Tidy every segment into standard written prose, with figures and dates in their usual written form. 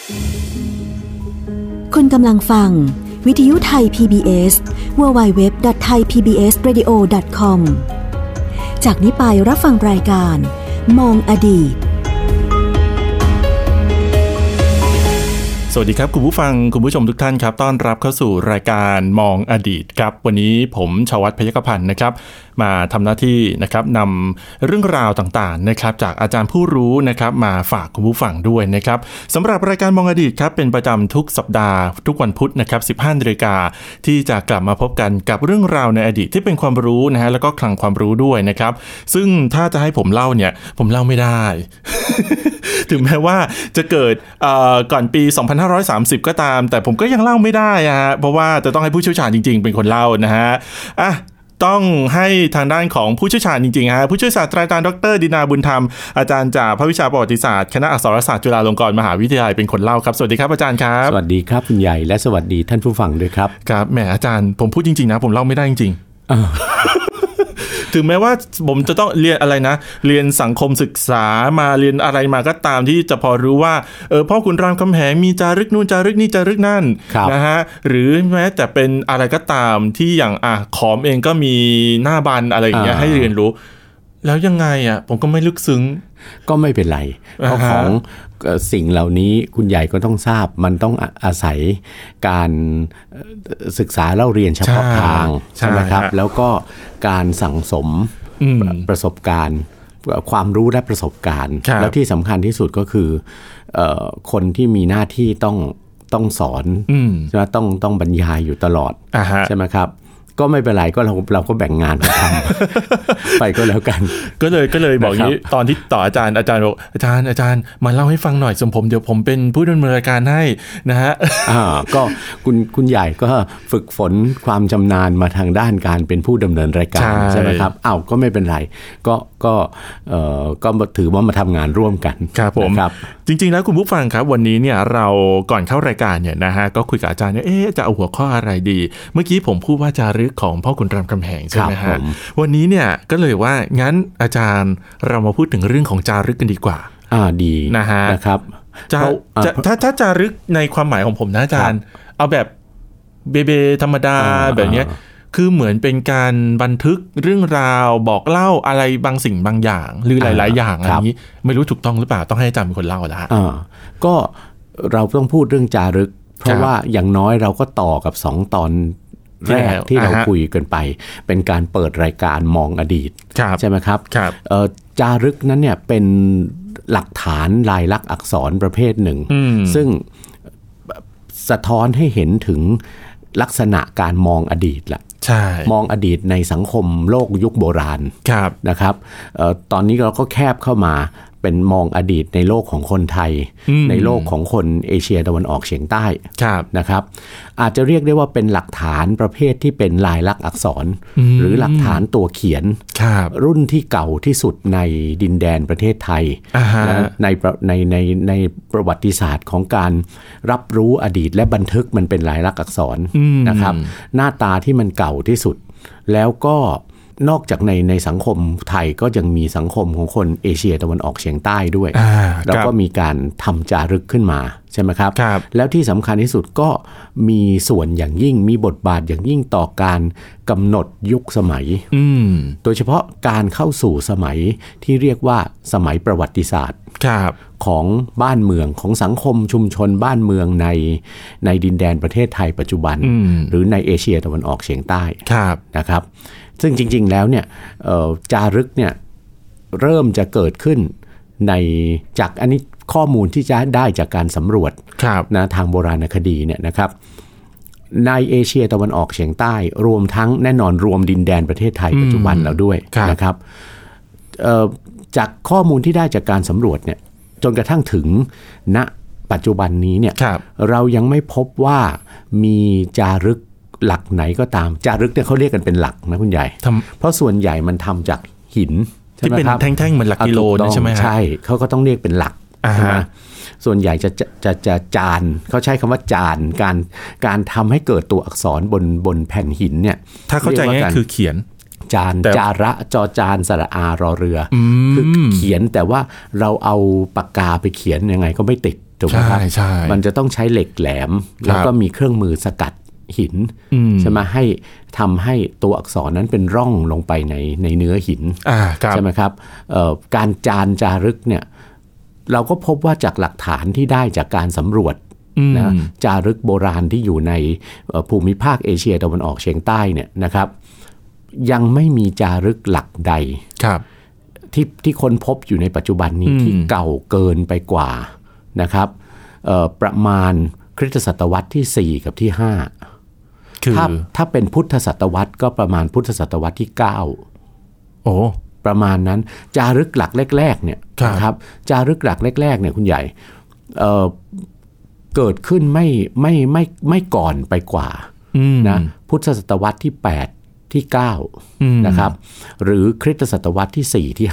คุณกำลังฟังวิทยุไทย PBS www.thaipbsradio.com จากนี้ไปรับฟังรายการมองอดีตสวัสดีครับคุณผู้ฟังคุณผู้ชมทุกท่านครับต้อนรับเข้าสู่รายการมองอดีตครับวันนี้ผมชวัฒน์พยกพันธ์นะครับมาทำหน้าที่นะครับนำเรื่องราวต่างๆนะครับจากอาจารย์ผู้รู้นะครับมาฝากคุณผู้ฟังด้วยนะครับสำหรับรายการมองอดีตครับเป็นประจำทุกสัปดาห์ทุกวันพุธนะครับ 15:00 นที่จะกลับมาพบกันกับเรื่องราวในอดีตที่เป็นความรู้นะฮะแล้วก็คลังความรู้ด้วยนะครับซึ่งถ้าจะให้ผมเล่าเนี่ยผมเล่าไม่ได้ ถึงแม้ว่าจะเกิดก่อนปี2530ก็ตามแต่ผมก็ยังเล่าไม่ได้ฮะเพราะว่าจะต้องให้ผู้เชี่ยวชาญจริงๆเป็นคนเล่านะฮะต้องให้ทางด้านของผู้เชี่ยวชาญจริงๆฮะผู้ช่วยศาสตราจารย์ดร.ดินาบุญธรรมอาจารย์จากภาควิชาประวัติศาสตร์คณะอักษรศาสตร์จุฬาลงกรณ์มหาวิทยาลัยเป็นคนเล่าครับสวัสดีครับอาจารย์ครับสวัสดีครับคุณใหญ่และสวัสดีท่านผู้ฟังด้วยครับครับแหมอาจารย์ผมพูดจริงๆนะผมเล่าไม่ได้จริงๆถึงแม้ว่าผมจะต้องเรียนอะไรนะเรียนสังคมศึกษามาเรียนอะไรมาก็ตามที่จะพอรู้ว่าพ่อขุนรามคำแหงมีจารึกนู่นจารึกนี่จารึกนั่นนะฮะหรือแม้แต่เป็นอะไรก็ตามที่อย่างขอมเองก็มีหน้าบันอะไรอย่างเงี้ยให้เรียนรู้แล้วยังไงผมก็ไม่ลึกซึ้งก็ไม่เป็นไรเพราะของสิ่งเหล่านี้คุณใหญ่ก็ต้องทราบมันต้องอาศัยการศึกษาเล่าเรียนเฉพาะทางใช่ไหมครับแล้วก็การสั่งสมประสบการณ์ความรู้และประสบการณ์แล้วที่สำคัญที่สุดก็คือคนที่มีหน้าที่ต้องสอนใช่ไหมต้องบรรยายอยู่ตลอดใช่ไหมครับก็ไม่เป็นไรก็เราก็แบ่งงานไปทำ ไปก็แล้วกันก็เลยบอกงี้ตอนที่ต่ออาจารย์บอกอาจารย์มาเล่าให้ฟังหน่อยสมผมเดี๋ยวผมเป็นผู้ดำเนินรายการให้นะฮะก็คุณใหญ่ก็ฝึกฝนความชำนาญมาทางด้านการเป็นผู้ดำเนินรายการใช่ไหมครับก็ไม่เป็นไรก็ถือว่ามาทำงานร่วมกันครับผมจริงๆแล้วคุณผู้ฟังครับวันนี้เนี่ยเราก่อนเข้ารายการเนี่ยนะฮะก็คุยกับอาจารย์เนี่ยจะเอาหัวข้ออะไรดีเมื่อกี้ผมพูดว่าจารึกของพ่อขุนรามคำแหงใช่ไหมฮะวันนี้เนี่ยก็เลยว่างั้นอาจารย์เรามาพูดถึงเรื่องของจารึกกันดีกว่าดีนะครับถ้าจารึกในความหมายของผมนะอาจารย์เอาแบบเบธรรมดาแบบเนี้ยคือเหมือนเป็นการบันทึกเรื่องราวบอกเล่าอะไรบางสิ่งบางอย่างหรือหลายๆอย่างอันนี้ไม่รู้ถูกต้องหรือเปล่าต้องให้อาจารย์เป็นคนเล่าละก็เราต้องพูดเรื่องจารึกเพราะว่าอย่างน้อยเราก็ต่อกับ2ตอนแรกที่เราคุยกันไปเป็นการเปิดรายการมองอดีตใช่ไหมครับจารึกนั้นเนี่ยเป็นหลักฐานลายลักษณ์อักษรประเภทหนึ่งซึ่งสะท้อนให้เห็นถึงลักษณะการมองอดีตละมองอดีตในสังคมโลกยุคโบราณนะครับตอนนี้เราก็แคบเข้ามาเป็นมองอดีตในโลกของคนไทยในโลกของคนเอเชียตะวันออกเฉียงใต้นะครับอาจจะเรียกได้ว่าเป็นหลักฐานประเภทที่เป็นลายลักษณ์อักษรหรือหลักฐานตัวเขียนรุ่นที่เก่าที่สุดในดินแดนประเทศไทยในประวัติศาสตร์ของการรับรู้อดีตและบันทึกมันเป็นลายลักษณ์อักษรนะครับหน้าตาที่มันเก่าที่สุดแล้วก็นอกจากในสังคมไทยก็ยังมีสังคมของคนเอเชียตะวันออกเฉียงใต้ด้วยแล้วก็มีการทำจารึกขึ้นมาใช่ไหมครับแล้วที่สำคัญที่สุดก็มีส่วนอย่างยิ่งมีบทบาทอย่างยิ่งต่อการกำหนดยุคสมัยโดยเฉพาะการเข้าสู่สมัยที่เรียกว่าสมัยประวัติศาสตร์ของบ้านเมืองของสังคมชุมชนบ้านเมืองในดินแดนประเทศไทยปัจจุบันหรือในเอเชียตะวันออกเฉียงใต้นะครับซึ่งจริงๆแล้วเนี่ยจารึกเนี่ยเริ่มจะเกิดขึ้นจากอันนี้ข้อมูลที่จะได้จากการสำรวจนะทางโบราณคดีเนี่ยนะครับในเอเชียตะวันออกเฉียงใต้รวมทั้งแน่นอนรวมดินแดนประเทศไทยปัจจุบันแล้วด้วยนะครับจากข้อมูลที่ได้จากการสำรวจเนี่ยจนกระทั่งถึงณปัจจุบันนี้เนี่ยเรายังไม่พบว่ามีจารึกหลักไหนก็ตามจารึกเนี่ยเขาเรียกกันเป็นหลักนะคุณใหญ่เพราะส่วนใหญ่มันทำจากหินที่เป็นแท่งๆเหมือนหลักกิโลนี่ใช่ไหมใช่เขาก็ต้องเรียกเป็นหลักใช่ไหมส่วนใหญ่จะจานเขาใช้คำว่าจานการทำให้เกิดตัวอักษรบนแผ่นหินเนี่ยถ้าเข้าใจง่ายคือเขียนจานจาระจอจานสระอารอเรือคือเขียนแต่ว่าเราเอาปากกาไปเขียนยังไงก็ไม่ติดถูกไหมครับมันจะต้องใช้เหล็กแหลมแล้วก็มีเครื่องมือสกัดหินใช่ไหมให้ทำให้ตัวอักษรนั้นเป็นร่องลงไปในเนื้อหินใช่ไหมครับการจานจารึกเนี่ยเราก็พบว่าจากหลักฐานที่ได้จากการสำรวจนะจารึกโบราณที่อยู่ในภูมิภาคเอเชียตะวันออกเฉียงใต้เนี่ยนะครับยังไม่มีจารึกหลักใดที่ค้นพบอยู่ในปัจจุบันนี้ที่เก่าเกินไปกว่านะครับประมาณคริสตศตวรรษที่4กับที่5ถ้าเป็นพุทธศตวรรษก็ประมาณพุทธศตวรรษที่9โอ้ประมาณนั้นจารึกหลักแรกๆเนี่ยนะครับจารึกหลักแรกๆเนี่ยคุณใหญ่เกิดขึ้นไม่ก่อนไปกว่านะพุทธศตวรรษที่8ที่9นะครับหรือคริสตศตวรรษที่4ที่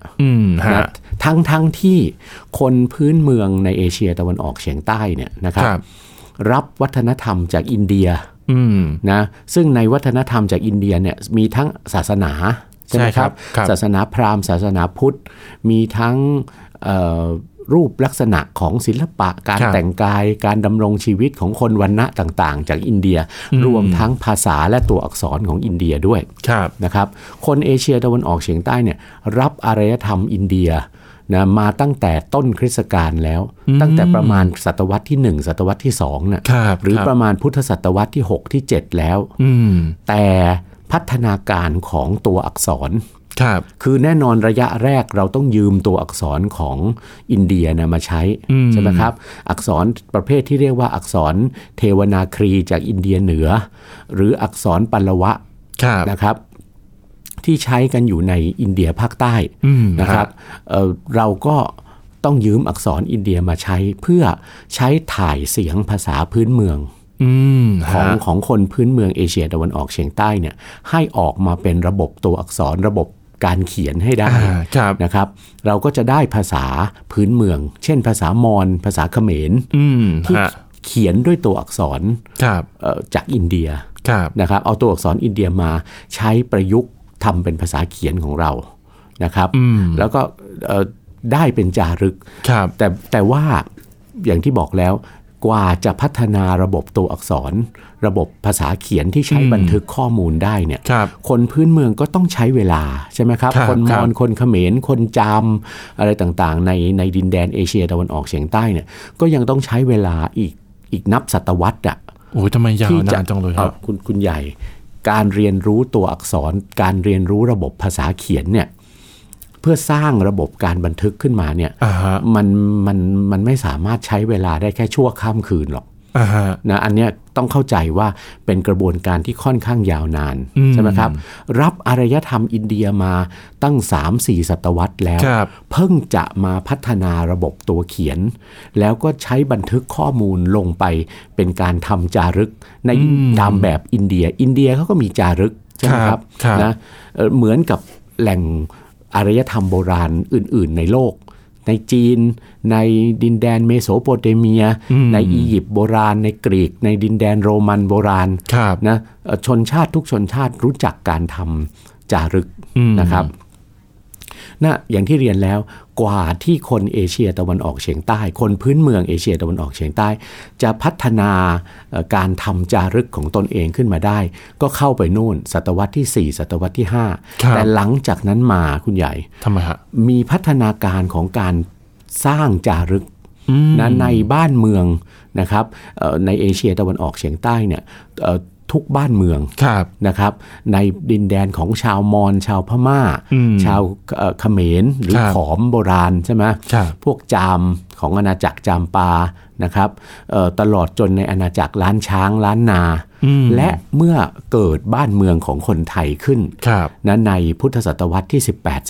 5นะทั้งที่คนพื้นเมืองในเอเชียตะวันออกเฉียงใต้เนี่ยนะครับรับวัฒนธรรมจากอินเดียนะซึ่งในวัฒนธรรมจากอินเดียเนี่ยมีทั้งศาสนาใช่ไหมครับศาสนาพราหมณ์ศาสนาพุทธมีทั้งรูปลักษณะของศิลปะการแต่งกายการดำรงชีวิตของคนวรรณะต่างๆจากอินเดียรวมทั้งภาษาและตัวอักษรของอินเดียด้วยนะครับคนเอเชียตะวันออกเฉียงใต้เนี่ยรับอารยธรรมอินเดียนะมาตั้งแต่ต้นคริสต์กาลแล้วตั้งแต่ประมาณศตวรรษที่1ศตวรรษที่2นะหรือประมาณพุทธศตวรรษที่6ที่7แล้วแต่พัฒนาการของตัวอักษรคือแน่นอนระยะแรกเราต้องยืมตัวอักษรของอินเดียนะมาใช้ใช่ไหมครับอักษรประเภทที่เรียกว่าอักษรเทวนาครีจากอินเดียเหนือหรืออักษรปัลลวะนะครับที่ใช้กันอยู่ในอินเดียภาคใต้นะครับเราก็ต้องยืมอักษรอินเดียมาใช้เพื่อใช้ถ่ายเสียงภาษาพื้นเมืองของคนพื้นเมืองเอเชียตะวันออกเฉียงใต้เนี่ยให้ออกมาเป็นระบบตัวอักษรระบบการเขียนให้ได้นะครับเราก็จะได้ภาษาพื้นเมืองเช่นภาษามอญภาษาเขมรที่เขียนด้วยตัวอักษรจากอินเดียนะครับเอาตัวอักษรอินเดียมาใช้ประยุกต์ทำเป็นภาษาเขียนของเรานะครับแล้วก็ได้เป็นจารึกแต่ว่าอย่างที่บอกแล้วกว่าจะพัฒนาระบบตัวอักษรระบบภาษาเขียนที่ใช้บันทึกข้อมูลได้เนี่ยคนพื้นเมืองก็ต้องใช้เวลาใช่ไหมครับคนมอญคนเขมรคนจามอะไรต่างๆในดินแดนเอเชียตะวันออกเฉียงใต้เนี่ยก็ยังต้องใช้เวลาอีกนับศตวรรษอ่ะโอ้ยทำไมยาวนานจังเลยครับคุณใหญ่การเรียนรู้ตัวอักษรการเรียนรู้ระบบภาษาเขียนเนี่ยเพื่อสร้างระบบการบันทึกขึ้นมาเนี่ยมันไม่สามารถใช้เวลาได้แค่ชั่วข้ามคืนหรอกนะอันเนี้ยต้องเข้าใจว่าเป็นกระบวนการที่ค่อนข้างยาวนานใช่ไหมครับรับอารยธรรมอินเดียมาตั้ง 3-4 ศตวรรษแล้วเพิ่งจะมาพัฒนาระบบตัวเขียนแล้วก็ใช้บันทึกข้อมูลลงไปเป็นการทำจารึกในตามแบบอินเดียเขาก็มีจารึกใช่ไหมครับนะเหมือนกับแหล่งอารยธรรมโบราณอื่นๆในโลกในจีนในดินแดนเมโสโปเตเมียในอียิปต์โบราณในกรีกในดินแดนโรมันโบราณนะชนชาติทุกชนชาติรู้จักการทำจารึกนะครับนะอย่างที่เรียนแล้วกว่าที่คนเอเชียตะวันออกเฉียงใต้คนพื้นเมืองเอเชียตะวันออกเฉียงใต้จะพัฒนาการทำจารึกของตนเองขึ้นมาได้ก็เข้าไปนู่นศตวรรษที่4ศตวรรษที่5แต่หลังจากนั้นมาคุณใหญ่ทำไมฮะมีพัฒนาการของการสร้างจารึกนะในบ้านเมืองนะครับในเอเชียตะวันออกเฉียงใต้เนี่ยทุกบ้านเมืองนะครับในดินแดนของชาวมอญชาวพม่าชาวเขมรหรือขอมโบราณใช่ไหมพวกจามของอาณาจักรจามปานะครับตลอดจนในอาณาจักรล้านช้างล้านนาและเมื่อเกิดบ้านเมืองของคนไทยขึ้นนะในพุทธศตวรรษที่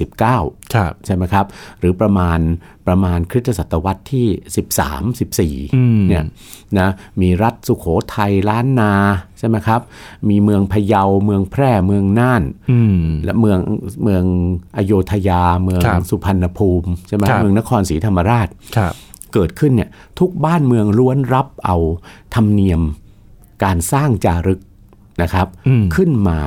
18-19ใช่ไหมครับหรือประมาณคริสตศตวรรษที่13-14เนี่ยนะมีรัฐสุโขทัยล้านนาใช่ไหมครับมีเมืองพะเยาเมืองแพร่เมืองน่านและเมืองอโยธยาเมืองสุพรรณภูมิใช่ไหมเมืองนครศรีธรรมราชเกิดขึ้นเนี่ยทุกบ้านเมืองล้วนรับเอาธรรมเนียมการสร้างจารึกนะครับขึ้นมา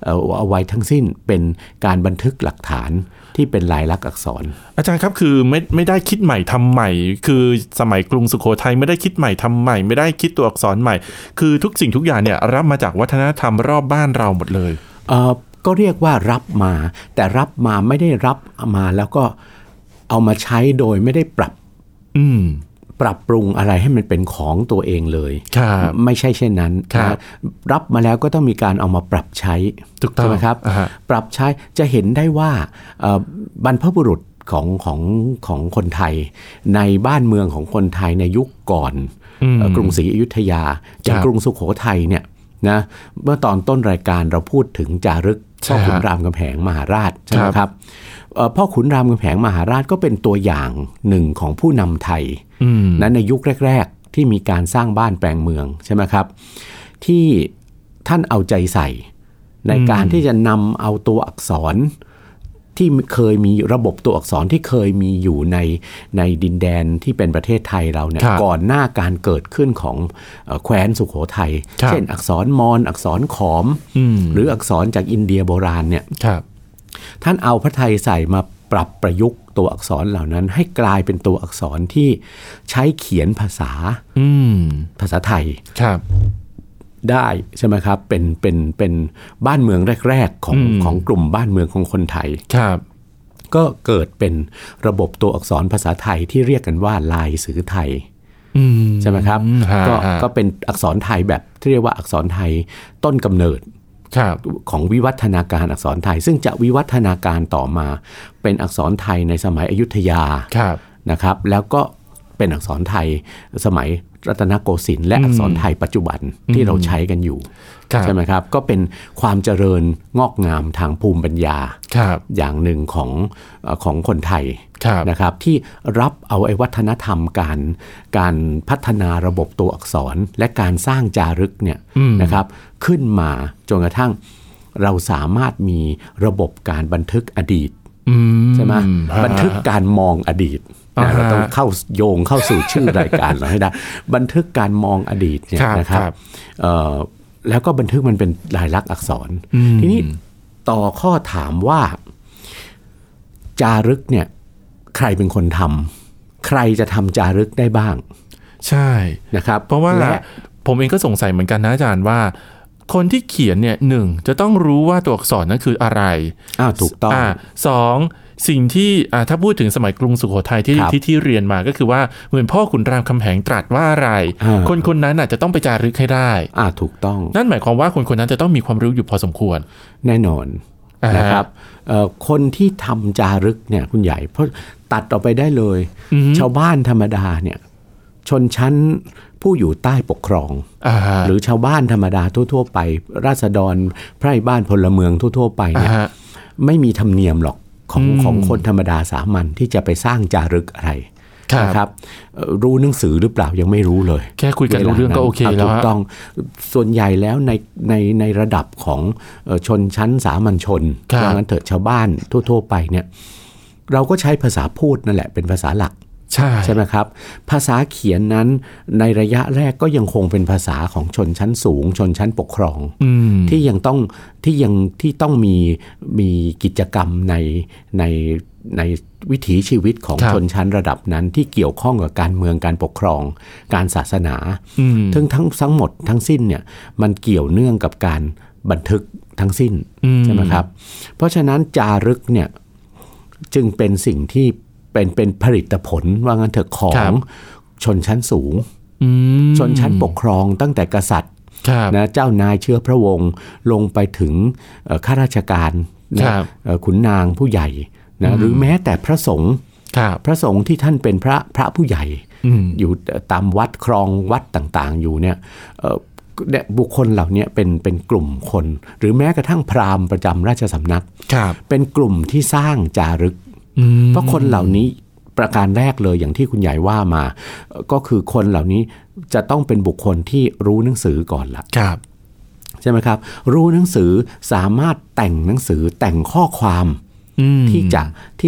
เอาไว้ทั้งสิ้นเป็นการบันทึกหลักฐานที่เป็นลายลักษณ์อักษรอาจารย์ครับคือไม่ได้คิดใหม่ทำใหม่คือสมัยกรุงสุโขทัยไม่ได้คิดใหม่ทำใหม่ไม่ได้คิดตัวอักษรใหม่คือทุกสิ่งทุกอย่างเนี่ยรับมาจากวัฒนธรรมรอบบ้านเราหมดเลยก็เรียกว่ารับมาแต่รับมาไม่ได้รับมาแล้วก็เอามาใช้โดยไม่ได้ปรับปรุงอะไรให้มันเป็นของตัวเองเลยไม่ใช่เช่นนั้นนะรับมาแล้วก็ต้องมีการเอามาปรับใช้ใช่ไหมครับปรับใช้จะเห็นได้ว่าบรรพบุรุษของคนไทยในบ้านเมืองของคนไทยในยุคก่อนกรุงศรีอยุธยาจากกรุงสุโขทัยเนี่ยนะเมื่อตอนต้นรายการเราพูดถึงจารึกพ่อขุนรามคำแหงมหาราชใช่ไหมครับพ่อขุนรามคำแหงมหาราชก็เป็นตัวอย่างหนึ่งของผู้นำไทยนั้นในยุคแรกๆที่มีการสร้างบ้านแปลงเมืองใช่ไหมครับที่ท่านเอาใจใส่ในการที่จะนำเอาตัวอักษรที่เคยมีระบบตัวอักษรที่เคยมีอยู่ในดินแดนที่เป็นประเทศไทยเราเนี่ยก่อนหน้าการเกิดขึ้นของแคว้นสุโขทัยเช่นอักษรมอญอักษรขอมหรืออักษรจากอินเดียโบราณเนี่ยท่านเอาพระไทยใส่มาปรับประยุกต์ตัวอักษรเหล่านั้นให้กลายเป็นตัวอักษรที่ใช้เขียนภาษาไทยได้ใช่ไหมครับเป็นบ้านเมืองแรกๆของกลุ่มบ้านเมืองของคนไทยก็เกิดเป็นระบบตัวอักษรภาษาไทยที่เรียกกันว่าลายสื่อไทยใช่ไหมครับก็เป็นอักษรไทยแบบที่เรียกว่าอักษรไทยต้นกำเนิดของวิวัฒนาการอักษรไทยซึ่งจะวิวัฒนาการต่อมาเป็นอักษรไทยในสมัยอยุธยานะครับแล้วก็เป็นอักษรไทยสมัยรัตนโกสินทร์และอักษรไทยปัจจุบันที่เราใช้กันอยู่ใช่ไหมครับก็เป็นความเจริญงอกงามทางภูมิปัญญาอย่างหนึ่งของคนไทยนะครับที่รับเอาไอ้วัฒนธรรมการพัฒนาระบบตัวอักษรและการสร้างจารึกเนี่ยนะครับขึ้นมาจนกระทั่งเราสามารถมีระบบการบันทึกอดีตใช่ไหมบันทึกการมองอดีตเราต้องเข้าโยงเข้าสู่ชื่อรายการเราให้ได้บันทึกการมองอดีตเนี่ยนะครับแล้วก็บันทึกมันเป็นลายลักษณ์อักษรทีนี้ต่อข้อถามว่าจารึกเนี่ยใครเป็นคนทำใครจะทำจารึกได้บ้างใช่นะครับเพราะว่าผมเองก็สงสัยเหมือนกันนะอาจารย์ว่าคนที่เขียนเนี่ยหนึ่งจะต้องรู้ว่าตัวอักษรนั้นคืออะไรถูกต้องสองสิ่งที่ถ้าพูดถึงสมัยกรุงสุโขทัยที่เรียนมาก็คือว่าเหมือนพ่อขุนรามคำแหงตรัสว่าอะไรคนนั้นจะต้องไปจารึกให้ได้ถูกต้องนั่นหมายความว่าคนนั้นจะต้องมีความรู้อยู่พอสมควรแน่นอนนะครับคนที่ทำจารึกเนี่ยคุณใหญ่เพราะตัดออกไปได้เลยชาวบ้านธรรมดาเนี่ยชนชั้นผู้อยู่ใต้ปกครองหรือชาวบ้านธรรมดาทั่วๆไปราษฎรไพร่บ้านพลเมืองทั่วๆไปเนี่ยไม่มีธรรมเนียมหรอกของคนธรรมดาสามัญที่จะไปสร้างจารึกอะไรนะครับรู้หนังสือหรือเปล่ายังไม่รู้เลยแค่คุยกันรู้เรื่องก็โอเคแล้วถูกต้องส่วนใหญ่แล้วในระดับของชนชั้นสามัญชนว่างั้นเถิดชาวบ้านทั่วๆไปเนี่ยเราก็ใช้ภาษาพูดนั่นแหละเป็นภาษาหลักใช่ไหมครับภาษาเขียนนั้นในระยะแรกก็ยังคงเป็นภาษาของชนชั้นสูงชนชั้นปกครองที่ต้องมีกิจกรรมในวิถีชีวิตของชนชั้นระดับนั้นที่เกี่ยวข้องกับการเมืองการปกครองการศาสนาทั้งหมดทั้งสิ้นเนี่ยมันเกี่ยวเนื่องกับการบันทึกทั้งสิ้นใช่ไหมครับเพราะฉะนั้นจารึกเนี่ยจึงเป็นสิ่งที่เป็นผลิตผลว่างั้นเถอะของชนชั้นสูงชนชั้นปกครองตั้งแต่กษัตริย์นะเจ้านายเชื้อพระวงศ์ลงไปถึงข้าราชการนะขุนนางผู้ใหญ่นะหรือแม้แต่พระสงฆ์ที่ท่านเป็นพระผู้ใหญ่อยู่ตามวัดครองวัดต่างๆอยู่เนี่ยบุคคลเหล่านี้เป็นกลุ่มคนหรือแม้กระทั่งพราหมณ์ประจำราชสำนักเป็นกลุ่มที่สร้างจารึกเพราะคนเหล่านี้ประการแรกเลยอย่างที่คุณใหญ่ว่ามาก็คือคนเหล่านี้จะต้องเป็นบุคคลที่รู้หนังสือก่อนละใช่ไหมครับรู้หนังสือสามารถแต่งหนังสือแต่งข้อความที่จะ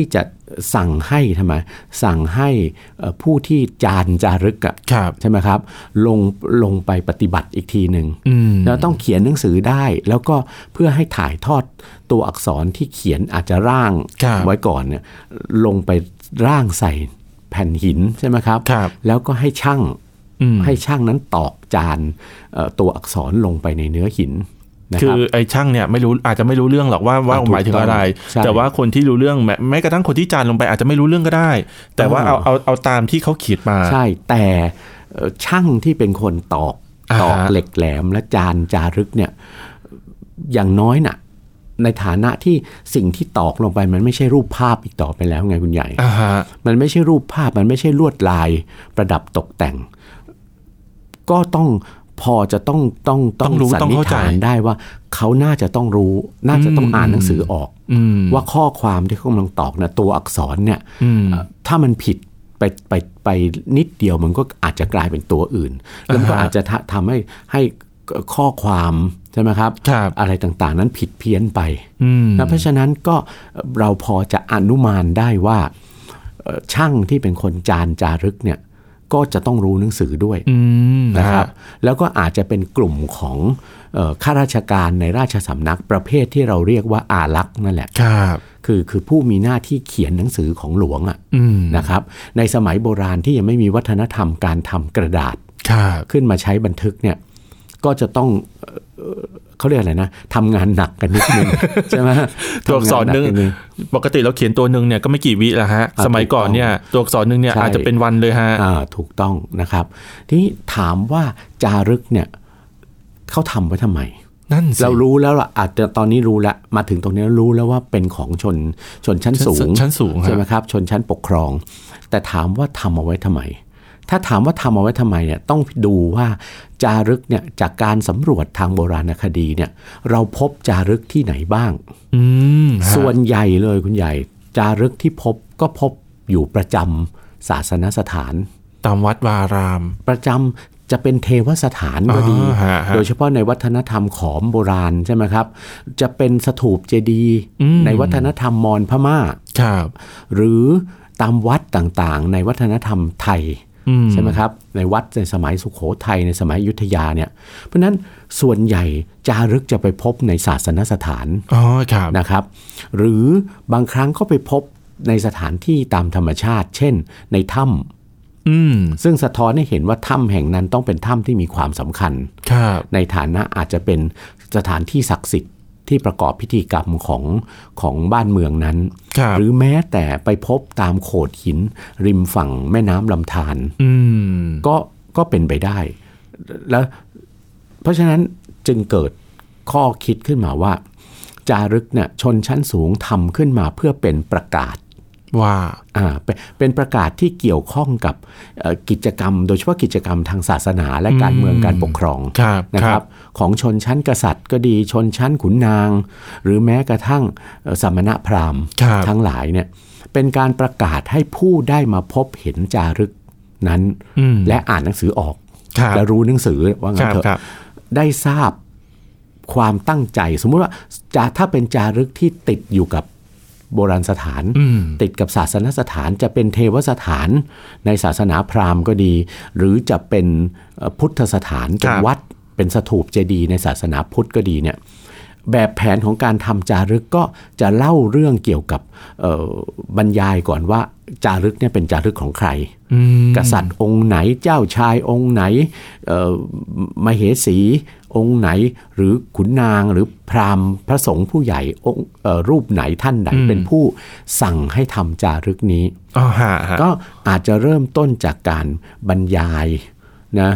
สั่งให้ผู้ที่จารึกใช่ไหมครับลงไปปฏิบัติอีกทีหนึ่งแล้วต้องเขียนหนังสือได้แล้วก็เพื่อให้ถ่ายทอดตัวอักษรที่เขียนอาจจะร่างไว้ก่อนเนี่ยลงไปร่างใส่แผ่นหินใช่ไหมครับแล้วก็ให้ช่างนั้นตอกจานตัวอักษรลงไปในเนื้อหินคือไอ้ช่างเนี่ยไม่รู้อาจจะไม่รู้เรื่องหรอกว่าหมายถึงอะไรแต่ว่าคนที่รู้เรื่องแม้กระทั่งคนที่จานลงไปอาจจะไม่รู้เรื่องก็ได้แต่ว่าเอาตามที่เขาขีดมาใช่แต่ช่างที่เป็นคนตอกเหล็กแหลมและจารึกเนี่ยอย่างน้อยน่ะในฐานะที่สิ่งที่ตอกลงไปมันไม่ใช่รูปภาพอีกต่อไปแล้วไงคุณใหญ่มันไม่ใช่รูปภาพมันไม่ใช่ลวดลายประดับตกแต่งก็ต้องพอจะต้องสันนิษฐานได้ว่าเขาน่าจะต้องรู้น่าจะต้องอ่านหนังสือออกว่าข้อความที่เขากำลังตอกนะตัวอักษรเนี่ยถ้ามันผิดไปนิดเดียวมันก็อาจจะกลายเป็นตัวอื่นแล้วก็อาจจะทำให้ข้อความใช่ไหมครับอะไรต่างๆนั้นผิดเพี้ยนไปเพราะฉะนั้นก็เราพอจะอนุมานได้ว่าช่างที่เป็นคนจารึกเนี่ยก็จะต้องรู้หนังสือด้วยนะครับแล้วก็อาจจะเป็นกลุ่มของข้าราชการในราชสำนักประเภทที่เราเรียกว่าอารักษ์นั่นแหละคือผู้มีหน้าที่เขียนหนังสือของหลวงนะครับในสมัยโบราณที่ยังไม่มีวัฒนธรรมการทำกระดาษขึ้นมาใช้บันทึกเนี่ยก็จะต้องเขาเรียกอะไรนะทำงานหนักกันนิดนึงใช่ไหมตัวอักษรนึงปกติเราเขียนตัวนึงเนี่ยก็ไม่กี่วิแล้วฮะสมัยก่อนเนี่ยตัวอักษรนึงเนี่ยอาจจะเป็นวันเลยฮะถูกต้องนะครับทีนี้ถามว่าจารึกเนี่ยเขาทำไว้ทำไมนั่นเรารู้แล้วล่ะอาจจะตอนนี้รู้แล้วมาถึงตรงนี้รู้แล้วว่าเป็นของชนชั้นสูงใช่ไหมครับชนชั้นปกครองแต่ถามว่าทำเอาไว้ทำไมถ้าถามว่าทำเอาไว้ทำไมเนี่ยต้องดูว่าจารึกเนี่ยจากการสำรวจทางโบราณคดีเนี่ยเราพบจารึกที่ไหนบ้างส่วนใหญ่เลยคุณใหญ่จารึกที่พบก็พบอยู่ประจำศาสนสถานตามวัดวารามประจำจะเป็นเทวสถานก็ดีโดยเฉพาะในวัฒนธรรมขอมโบราณใช่ไหมครับจะเป็นสถูปเจดีย์ในวัฒนธรรมมอญพม่าหรือตามวัดต่างๆในวัฒนธรรมไทยใช่ไหมครับในวัดในสมัยสุโขทัยในสมัยอยุธยาเนี่ยเพราะนั้นส่วนใหญ่จารึกจะไปพบในศาสนสถานนะครับหรือบางครั้งก็ไปพบในสถานที่ตามธรรมชาติเช่นในถ้ำซึ่งสะท้อนให้เห็นว่าถ้ำแห่งนั้นต้องเป็นถ้ำที่มีความสำคัญในฐานะอาจจะเป็นสถานที่ศักดิ์สิทธิ์ที่ประกอบพิธีกรรมของบ้านเมืองนั้นหรือแม้แต่ไปพบตามโขดหินริมฝั่งแม่น้ำลำธารก็เป็นไปได้แล้วเพราะฉะนั้นจึงเกิดข้อคิดขึ้นมาว่าจารึกเนี่ยชนชั้นสูงทำขึ้นมาเพื่อเป็นประกาศว่าเป็นประกาศที่เกี่ยวข้องกับกิจกรรมโดยเฉพาะกิจกรรมทางศาสนาและการเมืองการปกครองนะครับของชนชั้นกษัตริย์ก็ดีชนชั้นขุนนางหรือแม้กระทั่งสมณพราหมณ์ทั้งหลายเนี่ยเป็นการประกาศให้ผู้ได้มาพบเห็นจารึกนั้นและอ่านหนังสือออกและรู้หนังสือว่างั้นเถอะได้ทราบความตั้งใจสมมุติว่าถ้าเป็นจารึกที่ติดอยู่กับโบราณสถานติดกับศาสนสถานจะเป็นเทวสถานในศาสนาพราหมณ์ก็ดีหรือจะเป็นพุทธสถานเป็นวัดเป็นสถูปเจดีย์ในศาสนาพุทธก็ดีเนี่ยแบบแผนของการทำจารึกก็จะเล่าเรื่องเกี่ยวกับบรรยายก่อนว่าจารึกเนี่ยเป็นจารึกของใครกษัตริย์องค์ไหนเจ้าชายองค์ไหนมเหสีองค์ไหนหรือขุนนางหรือพราหมณ์พระสงฆ์ผู้ใหญ่รูปไหนท่านใดเป็นผู้สั่งให้ทำจารึกนี้ก็อาจจะเริ่มต้นจากการบรรยายนะ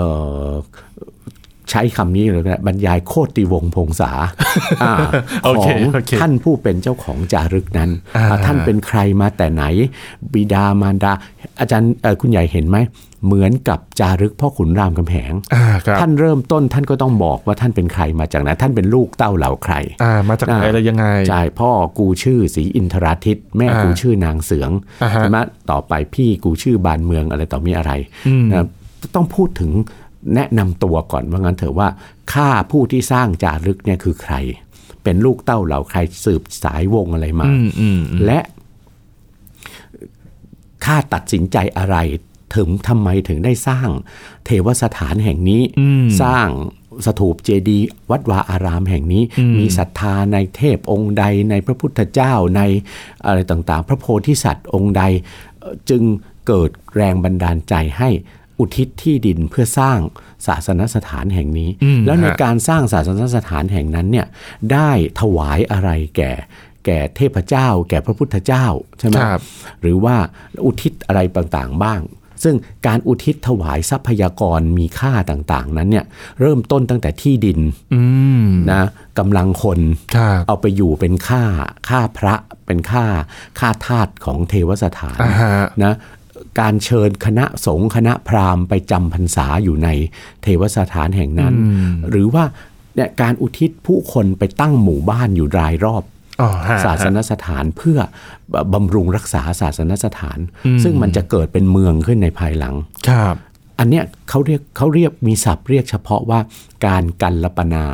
ใช้คำนี้เลยนะบรรยายโคติวงศ์พงษาของท่านผู้เป็นเจ้าของจารึกนั้นท่านเป็นใครมาแต่ไหนบิดามารดาอาจารย์คุณใหญ่เห็นไหมเหมือนกับจารึกพ่อขุนรามคำแหงท่านเริ่มต้นท่านก็ต้องบอกว่าท่านเป็นใครมาจากไหนท่านเป็นลูกเต้าเหล่าใครมาจากไหนอะไรยังไงใช่พ่อกูชื่อศรีอินทราทิตแม่กูชื่อนางเสืองใช่ไหมต่อไปพี่กูชื่อบานเมืองอะไรต่อมีอะไรนะต้องพูดถึงแนะนำตัวก่อนว่างั้นเถอะว่าข้าผู้ที่สร้างจารึกเนี่ยคือใครเป็นลูกเต้าเหล่าใครสืบสายวงอะไรมาและข้าตัดสินใจอะไรถึงทำไมถึงได้สร้างเทวสถานแห่งนี้สร้างสถูปเจดีย์วัดวาอารามแห่งนี้มีศรัทธาในเทพองค์ใดในพระพุทธเจ้าในอะไรต่างๆพระโพธิสัตว์องค์ใดจึงเกิดแรงบันดาลใจให้อุทิศที่ดินเพื่อสร้างศาสนสถานแห่งนี้แล้วในการสร้างศาสนสถานแห่งนั้นเนี่ยได้ถวายอะไรแก่เทพเจ้าแก่พระพุทธเจ้าใช่ไหมหรือว่าอุทิศอะไรต่างๆบ้างซึ่งการอุทิศถวายทรัพยากรมีค่าต่างๆนั้นเนี่ยเริ่มต้นตั้งแต่ที่ดินนะกำลังคนเอาไปอยู่เป็นค่าพระเป็นค่าทาสของเทวสถานนะการเชิญคณะสงฆ์คณะพราหมณ์ไปจำพรรษาอยู่ในเทวสถานแห่งนั้นหรือว่าเนี่ยการอุทิศผู้คนไปตั้งหมู่บ้านอยู่รายรอบศาสนสถานเพื่อบำรุงรักษาศาสนสถานซึ่งมันจะเกิดเป็นเมืองขึ้นในภายหลังอันเนี้ยเขาเรียกมีศัพท์เรียกเฉพาะว่าการกัลปนา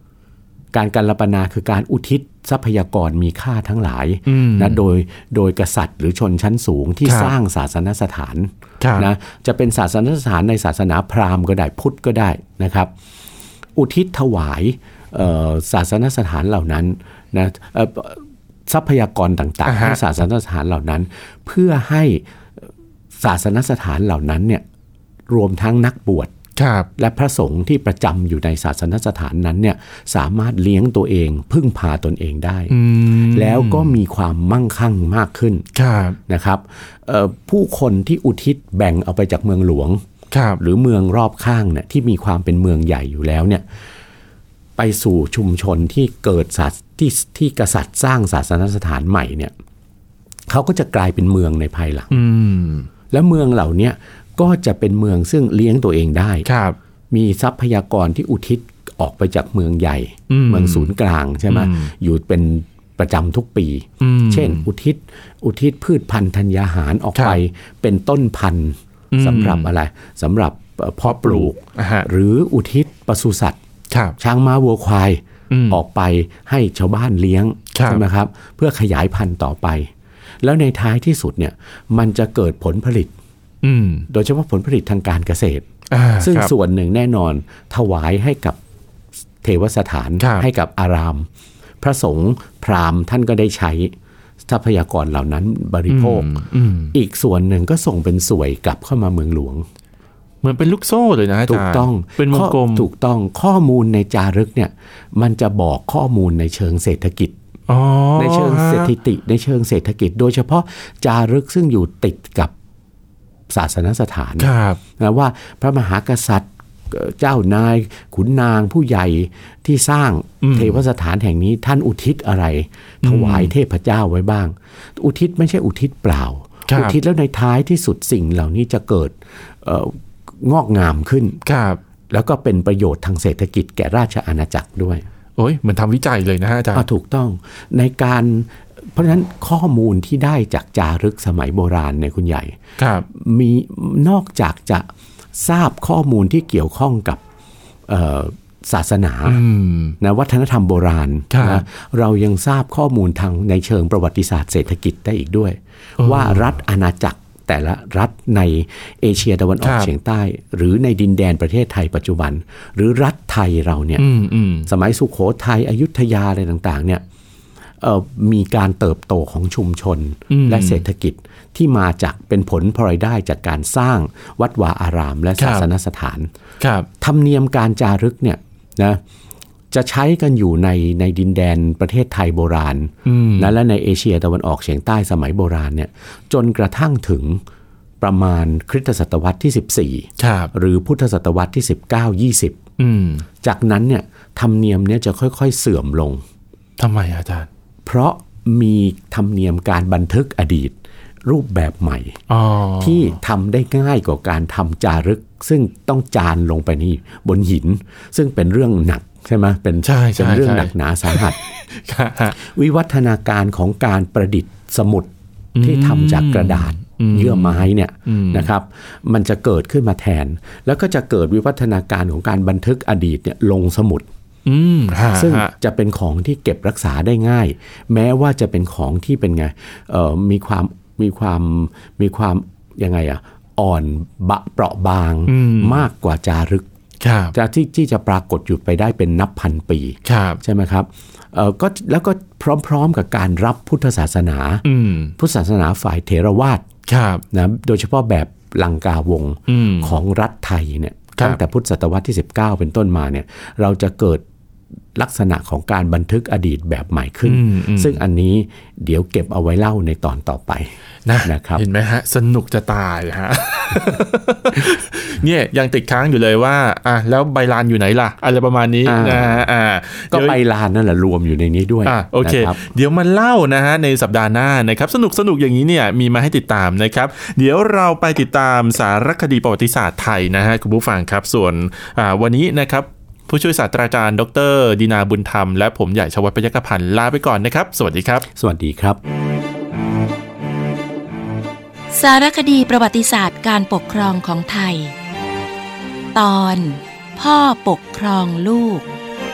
คือการอุทิศทรัพยากรมีค่าทั้งหลายนะโดยกษัตริย์หรือชนชั้นสูงที่สร้างศาสนสถานนะจะเป็นศาสนสถานในศาสนาพราหมณ์ก็ได้พุทธก็ได้นะครับอุทิศถวายศาสนสถานเหล่านั้นนะทรัพยากรต่างๆให้ศาสนสถานเหล่านั้นเพื่อให้ศาสนสถานเหล่านั้นเนี่ยรวมทั้งนักบวชและพระสงฆ์ที่ประจำอยู่ในศาสนสถานนั้นเนี่ยสามารถเลี้ยงตัวเองพึ่งพาตนเองได้แล้วก็มีความมั่งคั่งมากขึ้นนะครับผู้คนที่อุทิศแบ่งเอาไปจากเมืองหลวงหรือเมืองรอบข้างเนี่ยที่มีความเป็นเมืองใหญ่อยู่แล้วเนี่ยไปสู่ชุมชนที่เกิดที่กษัตริย์สร้างศาสนสถานใหม่เนี่ยเขาก็จะกลายเป็นเมืองในภายหลังและเมืองเหล่านี้ก็จะเป็นเมืองซึ่งเลี้ยงตัวเองได้มีทรัพยากรที่อุทิศออกไปจากเมืองใหญ่เมืองศูนย์กลางใช่ไหมอยู่เป็นประจำทุกปีเช่นอุทิศพืชพันธุ์ธัญญาหารออกไปเป็นต้นพันธุ์สำหรับอะไรสำหรับเพาะปลูกหรืออุทิศปศุสัตว์ช้างม้าวัวควายออกไปให้ชาวบ้านเลี้ยงใช่ไหมครับเพื่อขยายพันธุ์ต่อไปแล้วในท้ายที่สุดเนี่ยมันจะเกิดผลผลิตโดยเฉพาะผลผลิตทางการเกษตรซึ่งส่วนหนึ่งแน่นอนถวายให้กับเทวสถานให้กับอารามพระสงฆ์พราหมณ์ท่านก็ได้ใช้ทรัพยากรเหล่านั้นบริโภคอีกส่วนหนึ่งก็ส่งเป็นสวยกลับเข้ามาเมืองหลวงเหมือนเป็นลูกโซ่เลยนะอาจารย์ถูกต้องเป็นวงกลมถูกต้องข้อมูลในจารึกเนี่ยมันจะบอกข้อมูลในเชิงเศรษฐกิจในเชิงสถิติในเชิงเศรษฐกิจโดยเฉพาะจารึกซึ่งอยู่ติดกับศาสนสถานนะว่าพระมหากษัตริย์เจ้านายขุนนางผู้ใหญ่ที่สร้างเทวสถานแห่งนี้ท่านอุทิศอะไรถวายเทพเจ้าไว้บ้างอุทิศไม่ใช่อุทิศเปล่าอุทิศแล้วในท้ายที่สุดสิ่งเหล่านี้จะเกิดงอกงามขึ้นแล้วก็เป็นประโยชน์ทางเศรษฐกิจแก่ราชอาณาจักรด้วยโอ้ยเหมือนทำวิจัยเลยนะอาจารย์ถูกต้องในการเพราะฉะนั้นข้อมูลที่ได้จากจารึกสมัยโบราณเนี่ยคุณใหญ่มีนอกจากจะทราบข้อมูลที่เกี่ยวข้องกับศาสนานะวัฒนธรรมโบราณนะเรายังทราบข้อมูลทางในเชิงประวัติศาสตร์เศรษฐกิจได้อีกด้วยว่ารัฐอาณาจักรแต่ละรัฐในเอเชียตะวันออกเฉียงใต้หรือในดินแดนประเทศไทยปัจจุบันหรือรัฐไทยเราเนี่ยสมัยสุโขทัยอยุธยาอะไรต่างๆเนี่ยมีการเติบโตของชุมชนและเศรษฐกิจที่มาจากเป็นผลพลอยได้จากการสร้างวัดวาอารามและศาสนสถานธรรมเนียมการจารึกเนี่ยนะจะใช้กันอยู่ในดินแดนประเทศไทยโบราณและในเอเชียตะวันออกเฉียงใต้สมัยโบราณเนี่ยจนกระทั่งถึงประมาณคริสตศตวรรษที่14หรือพุทธศตวรรษที่19-20จากนั้นเนี่ยธรรมเนียมเนี่ยจะค่อยๆเสื่อมลงทำไมอาจารย์เพราะมีธรรมเนียมการบันทึกอดีตรูปแบบใหม่ที่ทำได้ง่ายกว่าการทำจารึกซึ่งต้องจานลงไปนี่บนหินซึ่งเป็นเรื่องหนักใช่ไหมเป็นเรื่องหนักหนาสาหัสวิวัฒนาการของการประดิษฐ์สมุดที่ทำจากกระดาษเยื่อไม้เนี่ยนะครับมันจะเกิดขึ้นมาแทนแล้วก็จะเกิดวิวัฒนาการของการบันทึกอดีตเนี่ยลงสมุดซึ่งจะเป็นของที่เก็บรักษาได้ง่ายแม้ว่าจะเป็นของที่เป็นไงมีมีความยังไงอ่อนเปราะบางมากกว่าจารึกที่จะปรากฏอยู่ไปได้เป็นนับพันปีใช่ไหมครับก็แล้วก็พร้อมๆกับการรับพุทธศาสนาพุทธศาสนาฝ่ายเถรวาทนะโดยเฉพาะแบบลังกาวงศ์ของรัฐไทยเนี่ยตั้งแต่พุทธศตวรรษที่19เป็นต้นมาเนี่ยเราจะเกิดลักษณะของการบันทึกอดีตแบบใหม่ขึ้นซึ่งอันนี้เดี๋ยวเก็บเอาไว้เล่าในตอนต่อไปนะครับเห็นไหมฮะสนุกจะตายฮะ เนี่ยยังติดค้างอยู่เลยว่าแล้วใบลานอยู่ไหนล่ะอะไรประมาณนี้นะก็ใบลานนั่นแหละรวมอยู่ในนี้ด้วยโอเคเดี๋ยวมาเล่านะฮะในสัปดาห์หน้านะครับสนุกอย่างนี้เนี่ยมีมาให้ติดตามนะครับเดี๋ยวเราไปติดตามสารคดีประวัติศาสตร์ไทยนะฮะคุณผู้ฟังครับส่วนวันนี้นะครับผู้ช่วยศาสตราจารย์ดร.ดินาบุญธรรมและผมใหญ่ชวัฒน์พยัคฆพันธ์ลาไปก่อนนะครับสวัสดีครับสวัสดีครับสารคดีประวัติศาสตร์การปกครองของไทยตอนพ่อปกครองลูก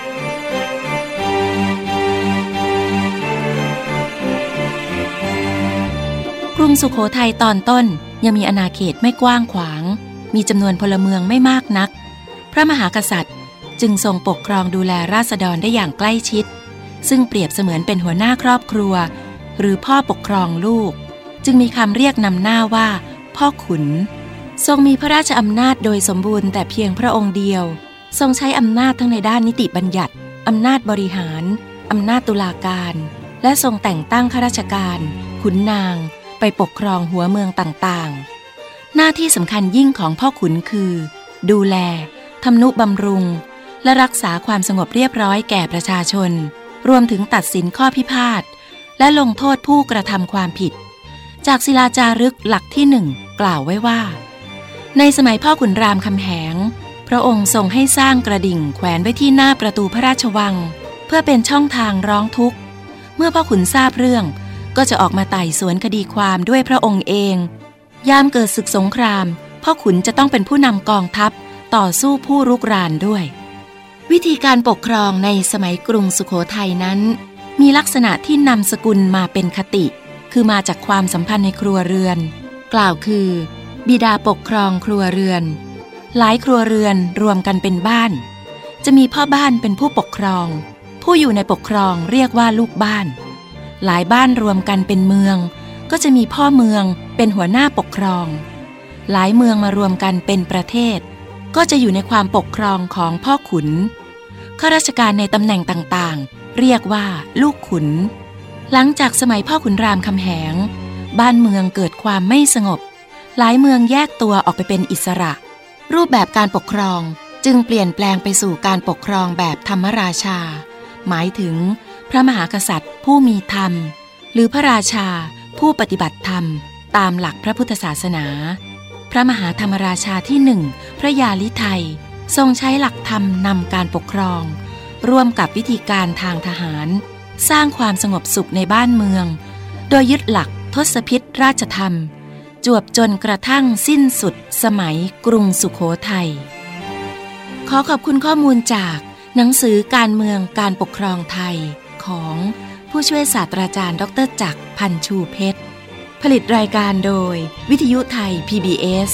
กรุงสุโขทัยตอนต้นยังมีอาณาเขตไม่กว้างขวางมีจำนวนพลเมืองไม่มากนักพระมหากษัตริย์จึงทรงปกครองดูแลราษฎรได้อย่างใกล้ชิดซึ่งเปรียบเสมือนเป็นหัวหน้าครอบครัวหรือพ่อปกครองลูกจึงมีคำเรียกนำหน้าว่าพ่อขุนทรงมีพระราชอำนาจโดยสมบูรณ์แต่เพียงพระองค์เดียวทรงใช้อำนาจทั้งในด้านนิติบัญญัติอำนาจบริหารอำนาจตุลาการและทรงแต่งตั้งข้าราชการขุนนางไปปกครองหัวเมืองต่างๆหน้าที่สำคัญยิ่งของพ่อขุนคือดูแลทำนุบำรุงและรักษาความสงบเรียบร้อยแก่ประชาชนรวมถึงตัดสินข้อพิพาทและลงโทษผู้กระทำความผิดจากศิลาจารึกหลักที่1กล่าวไว้ว่าในสมัยพ่อขุนรามคำแหงพระองค์ทรงให้สร้างกระดิ่งแขวนไว้ที่หน้าประตูพระราชวังเพื่อเป็นช่องทางร้องทุกข์เมื่อพ่อขุนทราบเรื่องก็จะออกมาไต่สวนคดีความด้วยพระองค์เองยามเกิดศึกสงครามพ่อขุนจะต้องเป็นผู้นำกองทัพต่อสู้ผู้รุกรานด้วยวิธีการปกครองในสมัยกรุงสุโขทัยนั้นมีลักษณะที่นำสกุลมาเป็นคติคือมาจากความสัมพันธ์ในครัวเรือนกล่าวคือบิดาปกครองครัวเรือนหลายครัวเรือนรวมกันเป็นบ้านจะมีพ่อบ้านเป็นผู้ปกครองผู้อยู่ในปกครองเรียกว่าลูกบ้านหลายบ้านรวมกันเป็นเมืองก็จะมีพ่อเมืองเป็นหัวหน้าปกครองหลายเมืองมารวมกันเป็นประเทศก็จะอยู่ในความปกครองของพ่อขุนข้าราชการในตำแหน่งต่างๆเรียกว่าลูกขุนหลังจากสมัยพ่อขุนรามคำแหงบ้านเมืองเกิดความไม่สงบหลายเมืองแยกตัวออกไปเป็นอิสระรูปแบบการปกครองจึงเปลี่ยนแปลงไปสู่การปกครองแบบธรรมราชาหมายถึงพระมหากษัตริย์ผู้มีธรรมหรือพระราชาผู้ปฏิบัติธรรมตามหลักพระพุทธศาสนาพระมหาธรรมราชาที่1พระยาลิไทยทรงใช้หลักธรรมนำการปกครองร่วมกับวิธีการทางทหารสร้างความสงบสุขในบ้านเมืองโดยยึดหลักทศพิธราชธรรมจวบจนกระทั่งสิ้นสุดสมัยกรุงสุโขทัยขอขอบคุณข้อมูลจากหนังสือการเมืองการปกครองไทยของผู้ช่วยศาสตราจารย์ดร.จักรพันชูเพชรผลิตรายการโดยวิทยุไทย PBS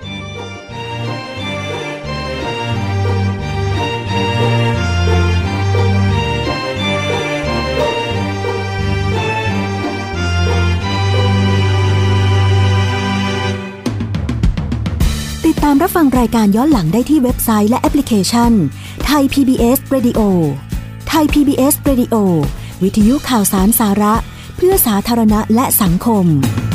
ตามรับฟังรายการย้อนหลังได้ที่เว็บไซต์และแอปพลิเคชัน Thai PBS Radio Thai PBS Radio วิทยุข่าวสารสาระเพื่อสาธารณะและสังคม